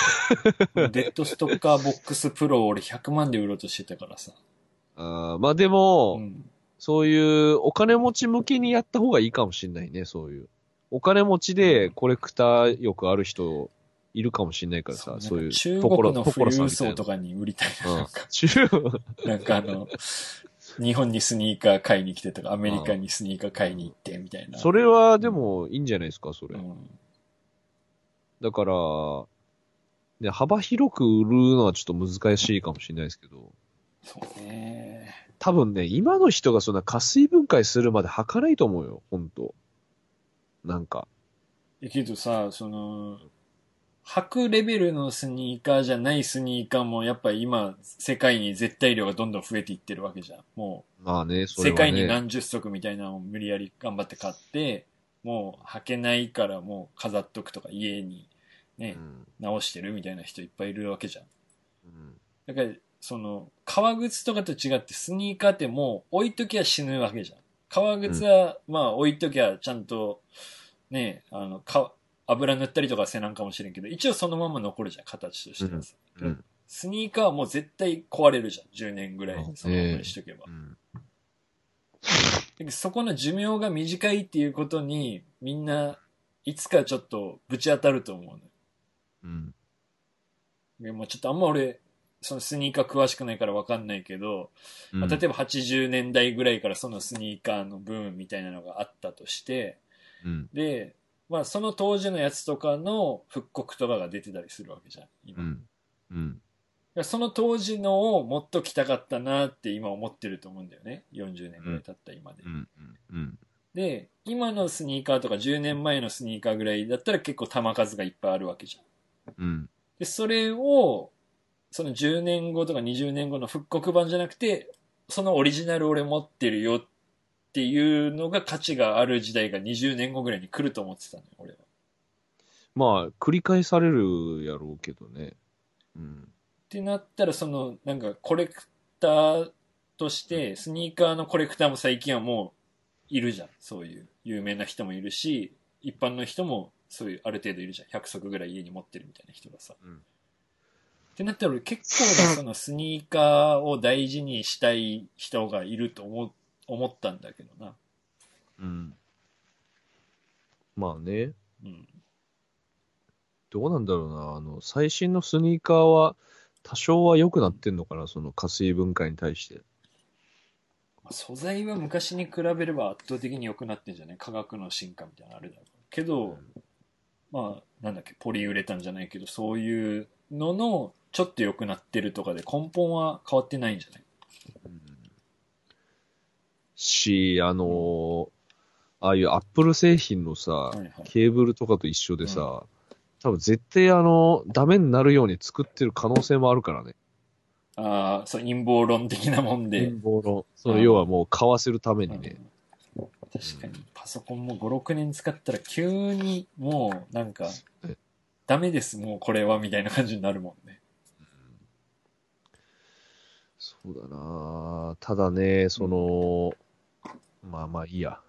デッドストッカーボックスプロを俺ひゃくまんで売ろうとしてたからさ。 あまあでも、うん、そういうお金持ち向けにやった方がいいかもしれないね、そういう。お金持ちでコレクター欲ある人いるかもしれないからさ、そういう。 中国の富裕層とかに売りたいな。なんか、中国なんかあの、日本にスニーカー買いに来てとか、アメリカにスニーカー買いに行ってみたいな。 それはでもいいんじゃないですか、それ。うん、だから、ね、幅広く売るのはちょっと難しいかもしれないですけど。 そうね。 多分ね、今の人がそんな加水分解するまで履かないと思うよ、ほんと。なんか。 え、けどさ、その、履くレベルのスニーカーじゃないスニーカーもやっぱ今、世界に絶対量がどんどん増えていってるわけじゃん。もう、まあね、 それはね、世界に何十足みたいなのを無理やり頑張って買って、もう履けないからもう飾っとくとか家にね、うん、直してるみたいな人いっぱいいるわけじゃん。うん、だから、その、革靴とかと違ってスニーカーってもう置いときゃ死ぬわけじゃん。革靴は、まあ置いときゃちゃんと、ね、あの、か、油塗ったりとかせなんかもしれんけど、一応そのまま残るじゃん、形としてはさ。うんうん、スニーカーはもう絶対壊れるじゃん、じゅうねんぐらいそのままにしとけば。えーうん、そこの寿命が短いっていうことに、みんないつかちょっとぶち当たると思うのよ。うん。でもちょっとあんま俺、そのスニーカー詳しくないからわかんないけど、うんまあ、例えばはちじゅうねんだいぐらいからそのスニーカーのブームみたいなのがあったとして、うん、で、まあその当時のやつとかの復刻とかが出てたりするわけじゃん、今。うんうん、その当時のをもっと着たかったなって今思ってると思うんだよね。よんじゅうねんぐらい経った今で。うんうんうん、で、今のスニーカーとかじゅうねんまえのスニーカーぐらいだったら結構球数がいっぱいあるわけじゃん。うん、で、それを、そのじゅうねんごとかにじゅうねんごの復刻版じゃなくて、そのオリジナル俺持ってるよっていうのが価値がある時代がにじゅうねんごぐらいに来ると思ってたのよ、俺は。 まあ、繰り返されるやろうけどね。うん。 ってなったら、その、なんかコレクターとして、スニーカーのコレクターも最近はもういるじゃん。そういう有名な人もいるし、一般の人もそういうある程度いるじゃん。ひゃく足ぐらい家に持ってるみたいな人がさ。うんってなったら俺結構なそのスニーカーを大事にしたい人がいると思思ったんだけどな。うん。 まあね。うん。どうなんだろうな。あの、最新のスニーカーは多少は良くなってんのかな、その加水分解に対して。 素材は昔に比べれば圧倒的に良くなってんじゃない？科学の進化みたいなのあるだろう。けど、うん、まあ、なんだっけ、ポリウレタンじゃないけど、そういうのの、ちょっと良くなってるとかで根本は変わってないんじゃない？うん、 し、あのー、ああいうアップル製品のさ、はいはい、ケーブルとかと一緒でさ、うん、多分絶対あの、ダメになるように作ってる可能性もあるからね。 ああ、そう、陰謀論的なもんで。 陰謀論。その要はもう買わせるためにね。 確かに、パソコンもご、ろくねん使ったら急にもうなんか、ダメです、もうこれは、みたいな感じになるもんね。 そうだなただね、その、うん、まあまあいいや。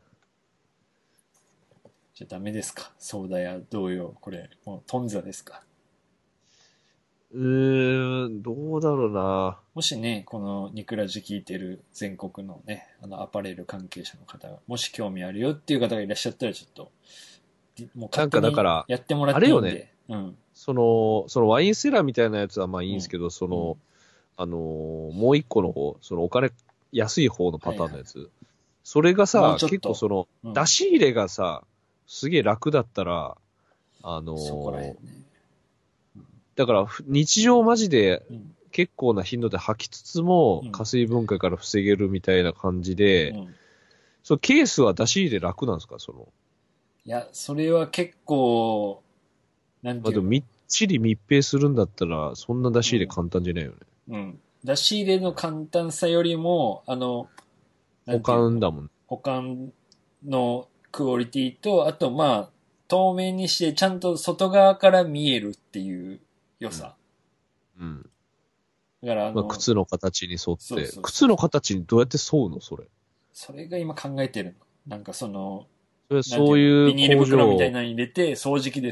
じゃあダメですか？ソーダや同様、これ、もうトンザですか？ うーん、どうだろうなもしね、このニクラジ聞いてる全国のね、あのアパレル関係者の方が、もし興味あるよっていう方がいらっしゃったらちょっと、もう勝手にやってもらっていいんで。あれよね。 うん。その、そのワインセラーみたいなやつはまあいいんですけど、うん、その、うん、あのー、もう一個の方、そのお金安い方のパターンのやつ。はいはい、それがさ、結構その、うん、出し入れがさ、すげえ楽だったら、あのー、そこら辺ね。だから、日常マジで結構な頻度で履きつつも、加水分解から防げるみたいな感じで、うん、そのケースは出し入れ楽なんですか、その。 いや、それは結構、 なんていうの、まあ、でもみっちり密閉するんだったら、そんな出し入れ簡単じゃないよね。 うん。うん、出し入れの簡単さよりも、あの、 保管だもん。 保管のクオリティと、あとまあ、透明にしてちゃんと外側から見えるっていう良さ。うん。うん、 だからあの、まあ、靴の形に沿ってそうそうそう、靴の形にどうやって沿うのそれ。 それが今考えてるの。なんかその、 それそういうビニール袋みたいなのに入れて掃除機ですっ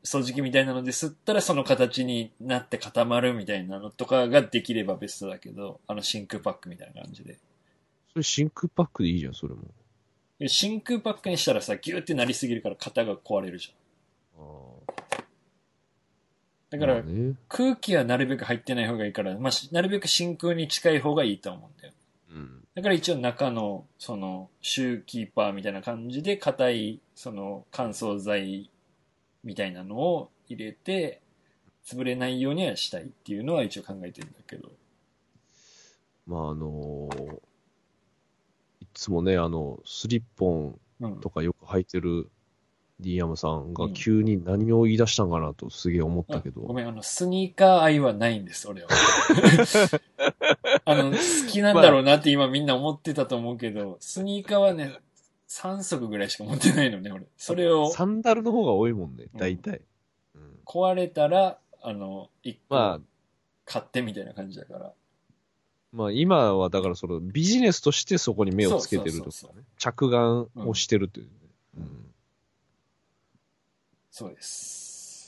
掃除機みたいなので吸ったらその形になって固まるみたいなのとかができればベストだけど、あの真空パックみたいな感じで。 それ真空パックでいいじゃん、それも。 真空パックにしたらさ、ギューってなりすぎるから型が壊れるじゃん。あだから、ね、空気はなるべく入ってない方がいいから、まあ、なるべく真空に近い方がいいと思うんだよ。うん、だから一応中の、その、シューキーパーみたいな感じで、硬い、その、乾燥剤みたいなのを入れて、潰れないようにはしたいっていうのは一応考えてるんだけど。 まあ、あのー、いつもね、あの、スリッポンとかよく履いてる D 山さんが急に何を言い出したんかなとすげえ思ったけど。 うん、ごめん、あの、スニーカー愛はないんです、俺は。あの、好きなんだろうなって今みんな思ってたと思うけど、スニーカーはね、さん足ぐらいしか持ってないのね、俺。それを。 サンダルの方が多いもんね、大体。 うん、壊れたら、あの、一個買ってみたいな感じだから。 まあ今はだからそのビジネスとしてそこに目をつけてるとかね。着眼をしてるという、ねうんうん。 そうです。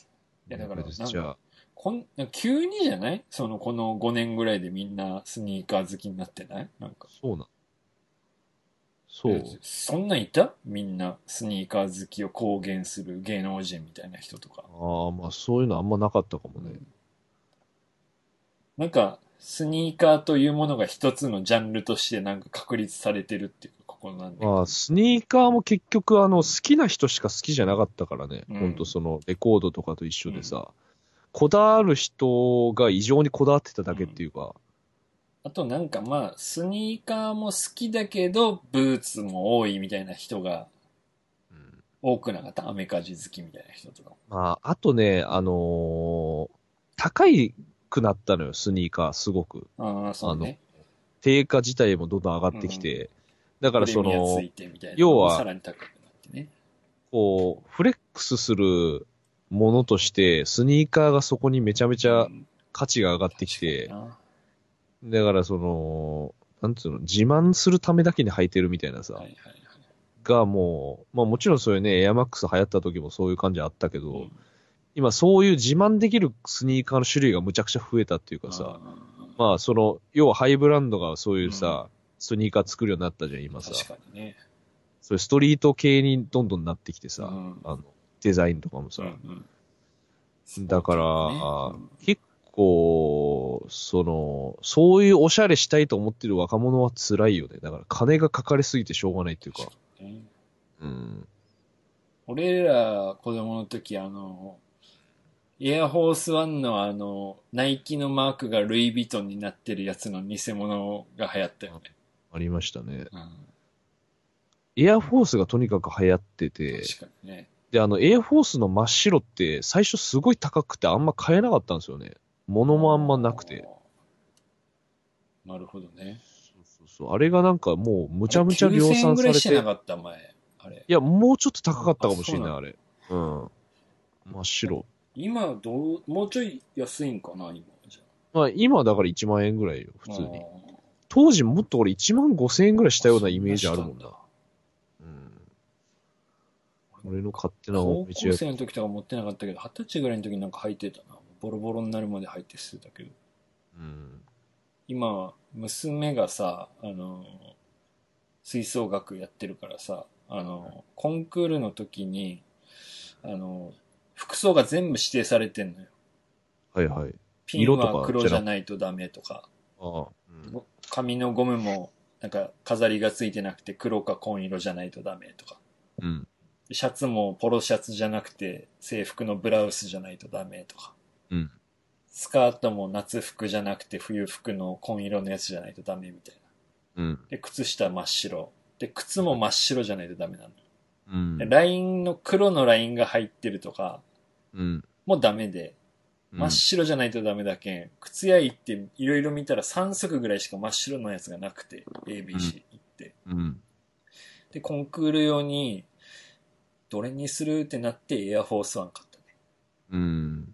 いやだからじゃあこん急にじゃないそのこのごねんぐらいでみんなスニーカー好きになってないなんか。 そうな。そう。 そんないたみんなスニーカー好きを公言する芸能人みたいな人とか。 ああ、まあそういうのあんまなかったかもね。うん、 なんか、スニーカーというものが一つのジャンルとしてなんか確立されてるっていうここなんで。ああ、スニーカーも結局あの好きな人しか好きじゃなかったからね。うん、ほんとそのレコードとかと一緒でさ、うん、こだわる人が異常にこだわってただけっていうか。うん、 あとなんかまあ、スニーカーも好きだけど、ブーツも多いみたいな人が、多くなかった。アメカジ好きみたいな人とか。 まあ、あとね、あのー、高いくなったのよ、スニーカー、すごく。 ああ、そうね。 あの、定価自体もどんどん上がってきて、うん、だからその、 要は、さらに高くなってね。 こう、フレックスするものとして、スニーカーがそこにめちゃめちゃ価値が上がってきて、うん、だからその、なんつうの、自慢するためだけに履いてるみたいなさ、はいはいはい、がもう、まあもちろんそういうね、エアマックス流行った時もそういう感じあったけど、うん、今そういう自慢できるスニーカーの種類がむちゃくちゃ増えたっていうかさ、まあその、要はハイブランドがそういうさ、うん、スニーカー作るようになったじゃん、今さ。 確かにね。 そういうストリート系にどんどんなってきてさ、うん、あの、デザインとかもさ。うんうん、だから、ねうん、結構、その、そういうおしゃれしたいと思ってる若者は辛いよね。だから金がかかりすぎてしょうがないっていうか。うん、 俺ら子供の時、あの、エアフォースワンのあの、ナイキのマークがルイ・ヴィトンになってるやつの偽物が流行ったよね。 ありましたね。うん、エアフォースがとにかく流行ってて、 確かにね。 で、あの、エアフォースの真っ白って最初すごい高くてあんま買えなかったんですよね。物もあんまなくて。 なるほどね。 そうそうそう。あれがなんかもうむちゃむちゃ量産されて。きゅうせんえんぐらいしてなかった前。あれ。 いや、もうちょっと高かったかもしれない、あれ。うん。真っ白。 今、どう、もうちょい安いんかな、今。じゃまあ、今だからいちまんえんぐらいよ、普通に。当時もっと俺いちまんごせんえんぐらいしたようなイメージあるもんな。うん。俺の勝手な高校生の時とか持ってなかったけど、二十歳ぐらいの時になんか履いてたな。ボロボロになるまで履いて捨てたけど。うん。今、娘がさ、あの、吹奏楽やってるからさ、あの、コンクールの時に、あの、服装が全部指定されてんのよ。 はいはい。 ピンは黒じゃないとダメとか。ああ、うん、髪のゴムも、なんか飾りがついてなくて黒か紺色じゃないとダメとか。うん。シャツもポロシャツじゃなくて制服のブラウスじゃないとダメとか。うん。スカートも夏服じゃなくて冬服の紺色のやつじゃないとダメみたいな。うん。で、靴下真っ白。で、靴も真っ白じゃないとダメなの。うん。ラインの黒のラインが入ってるとか、うん。もうダメで、真っ白じゃないとダメだけん、靴屋行っていろいろ見たらさん足ぐらいしか真っ白のやつがなくて、エービーシー 行って。うん。で、コンクール用に、どれにするってなってエアフォースワン買ったね。うん。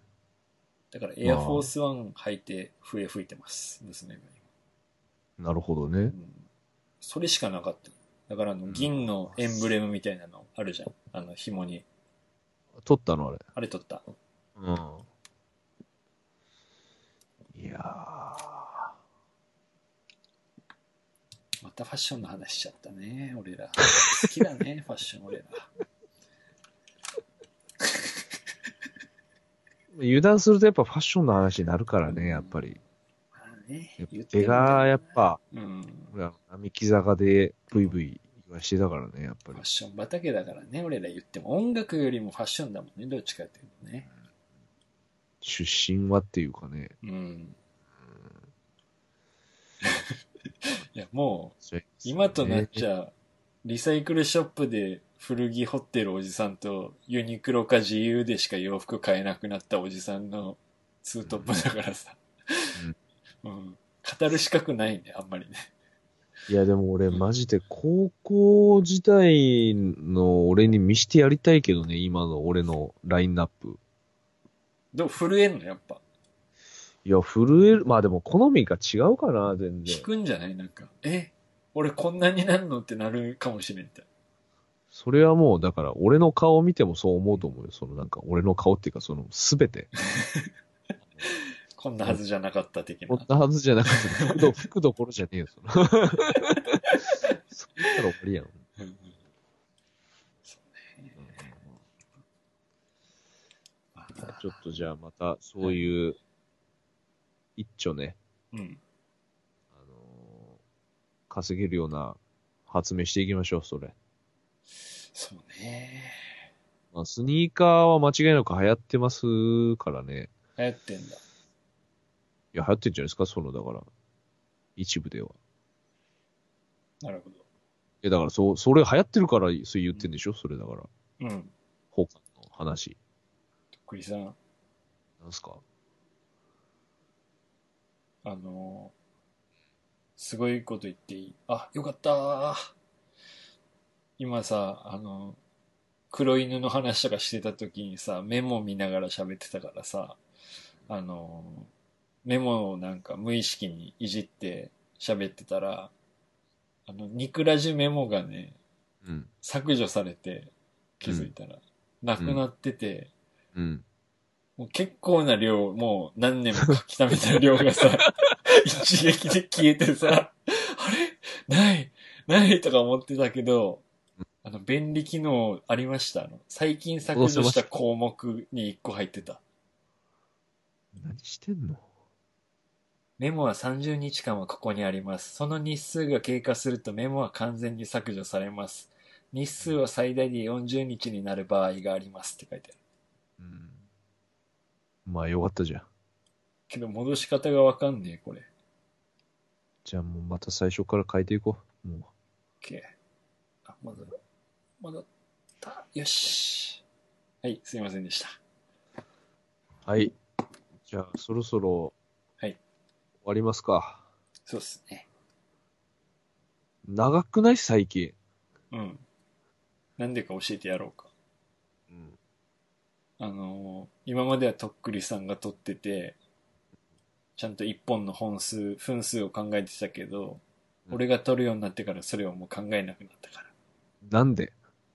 だからエアフォースワン履いて笛吹いてます、娘が今。なるほどね、うん。 それしかなかった。だからあの銀のエンブレムみたいなのあるじゃん。あの紐に。 撮ったのあれ。 あれ撮った。 うん。いやー。 またファッションの話しちゃったね、俺ら。好きだね、ファッション、俺ら。 油断するとやっぱファッションの話になるからね、やっぱり。 まあね、 絵がやっぱ、 うん。 並木坂でブイブイ言わしてたからね、やっぱり。 ファッション畑だからね、俺ら言っても。音楽よりもファッションだもんね、どっちかっていうとね。 出身はっていうかね。 うん。うん、いや、もう、ね、今となっちゃ、リサイクルショップで古着掘ってるおじさんと、ユニクロかジーユーでしか洋服買えなくなったおじさんのツートップだからさ。うん。うん、語る資格ないね、あんまりね。 いや、でも俺、マジで高校時代の俺に見してやりたいけどね、今の俺のラインナップ。 でも震えんの、やっぱ。 いや、震える。まあでも好みが違うかな、全然。 引くんじゃないなんか、え、俺こんなになるのってなるかもしれんって。 それはもう、だから、俺の顔を見てもそう思うと思うよ。そのなんか、俺の顔っていうか、その、すべて。 こんなはずじゃなかった的な。 こんなはずじゃなくて、服ど、服どころじゃねえよ、その。そう言ったら終わりやん。うんうんそうね、うん、ちょっとじゃあまた、そういう、一丁ね。うん。あのー、稼げるような発明していきましょう、それ。 そうね。 まあ、スニーカーは間違いなく流行ってますからね。 流行ってんだ。 いや、流行ってんじゃないですか、その、だから。一部では。 なるほど。いや、だから、そう、それ流行ってるから、そう言ってんでしょ、うん、それだから。うん。他の話。 とっくりさん。 なんすか？ あのー、すごいこと言っていい？あ、よかったー。今さ、あのー、黒犬の話とかしてた時にさ、メモ見ながら喋ってたからさ、あのー、メモをなんか無意識にいじって喋ってたら、あの、ニクラジメモがね、うん、削除されて気づいたら、うん、なくなってて、うん、もう結構な量、もう何年も書き溜めた量がさ、一撃で消えてさ、あれない、ないとか思ってたけど、あの、便利機能ありました。あの、最近削除した項目に一個入ってた。 何してんの？ メモはさんじゅうにちかんはここにあります。その日数が経過するとメモは完全に削除されます。日数は最大でよんじゅうにちになる場合がありますって書いてある。うん。 まあよかったじゃん。 けど戻し方がわかんねえ、これ。 じゃあもうまた最初から変えていこう。もう。 OK。あ、まだ、まだ、た、よし。はい、すいませんでした。 はい。じゃあそろそろ、はい。終わりますか。 そうっすね。 長くない最近。 うん。なんでか教えてやろうか。うん。あのー、今まではとっくりさんが撮ってて、ちゃんと一本の本数、分数を考えてたけど、うん、俺が撮るようになってからそれをもう考えなくなったから。 なんで？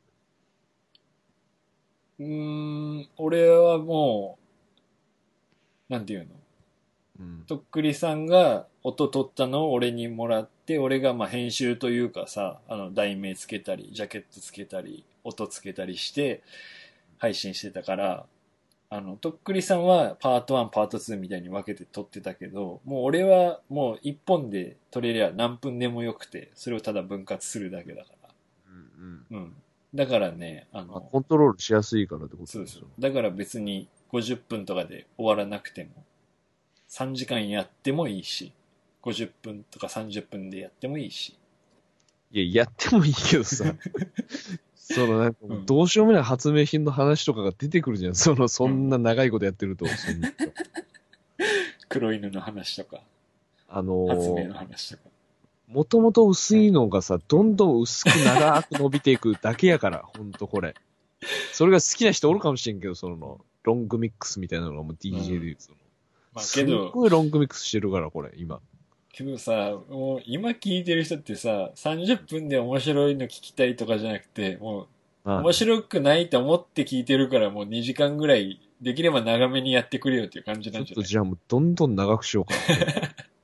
うーん、俺はもう、なんていうの、うん、とっくりさんが音取ったのを俺にもらって、俺がまあ編集というかさ、あの、題名つけたり、ジャケットつけたり、音つけたりして、配信してたから、あの、とっくりさんはパートワン、パートツーみたいに分けて撮ってたけど、もう俺はもう一本で撮れりゃ何分でもよくて、それをただ分割するだけだから。うんうん。うん。だからね、あの、 コントロールしやすいからってことですよ。そうそう。だから別にごじゅっぷんとかで終わらなくても、さんじかんやってもいいし、ごじゅっぷんとかさんじゅっぷんでやってもいいし。 いや、やってもいいけどさ。そのなんかもうどうしようもない発明品の話とかが出てくるじゃん。その、そんな長いことやってると。そんな黒犬の話とか。 あのー、 発明の話とか。 もともと薄いのがさ、どんどん薄く長く伸びていくだけやから、ほんとこれ。それが好きな人おるかもしれんけど、その、ロングミックスみたいなのがもう ディージェー で言う、その、まあけど、すごいロングミックスしてるから、これ、今。 けどさ、もう今聞いてる人ってさ、さんじゅっぷんで面白いの聞きたいとかじゃなくて、もう面白くないと思って聞いてるからもうにじかんぐらい、できれば長めにやってくれよっていう感じなんじゃない？ ちょっとじゃあもうどんどん長くしようかな。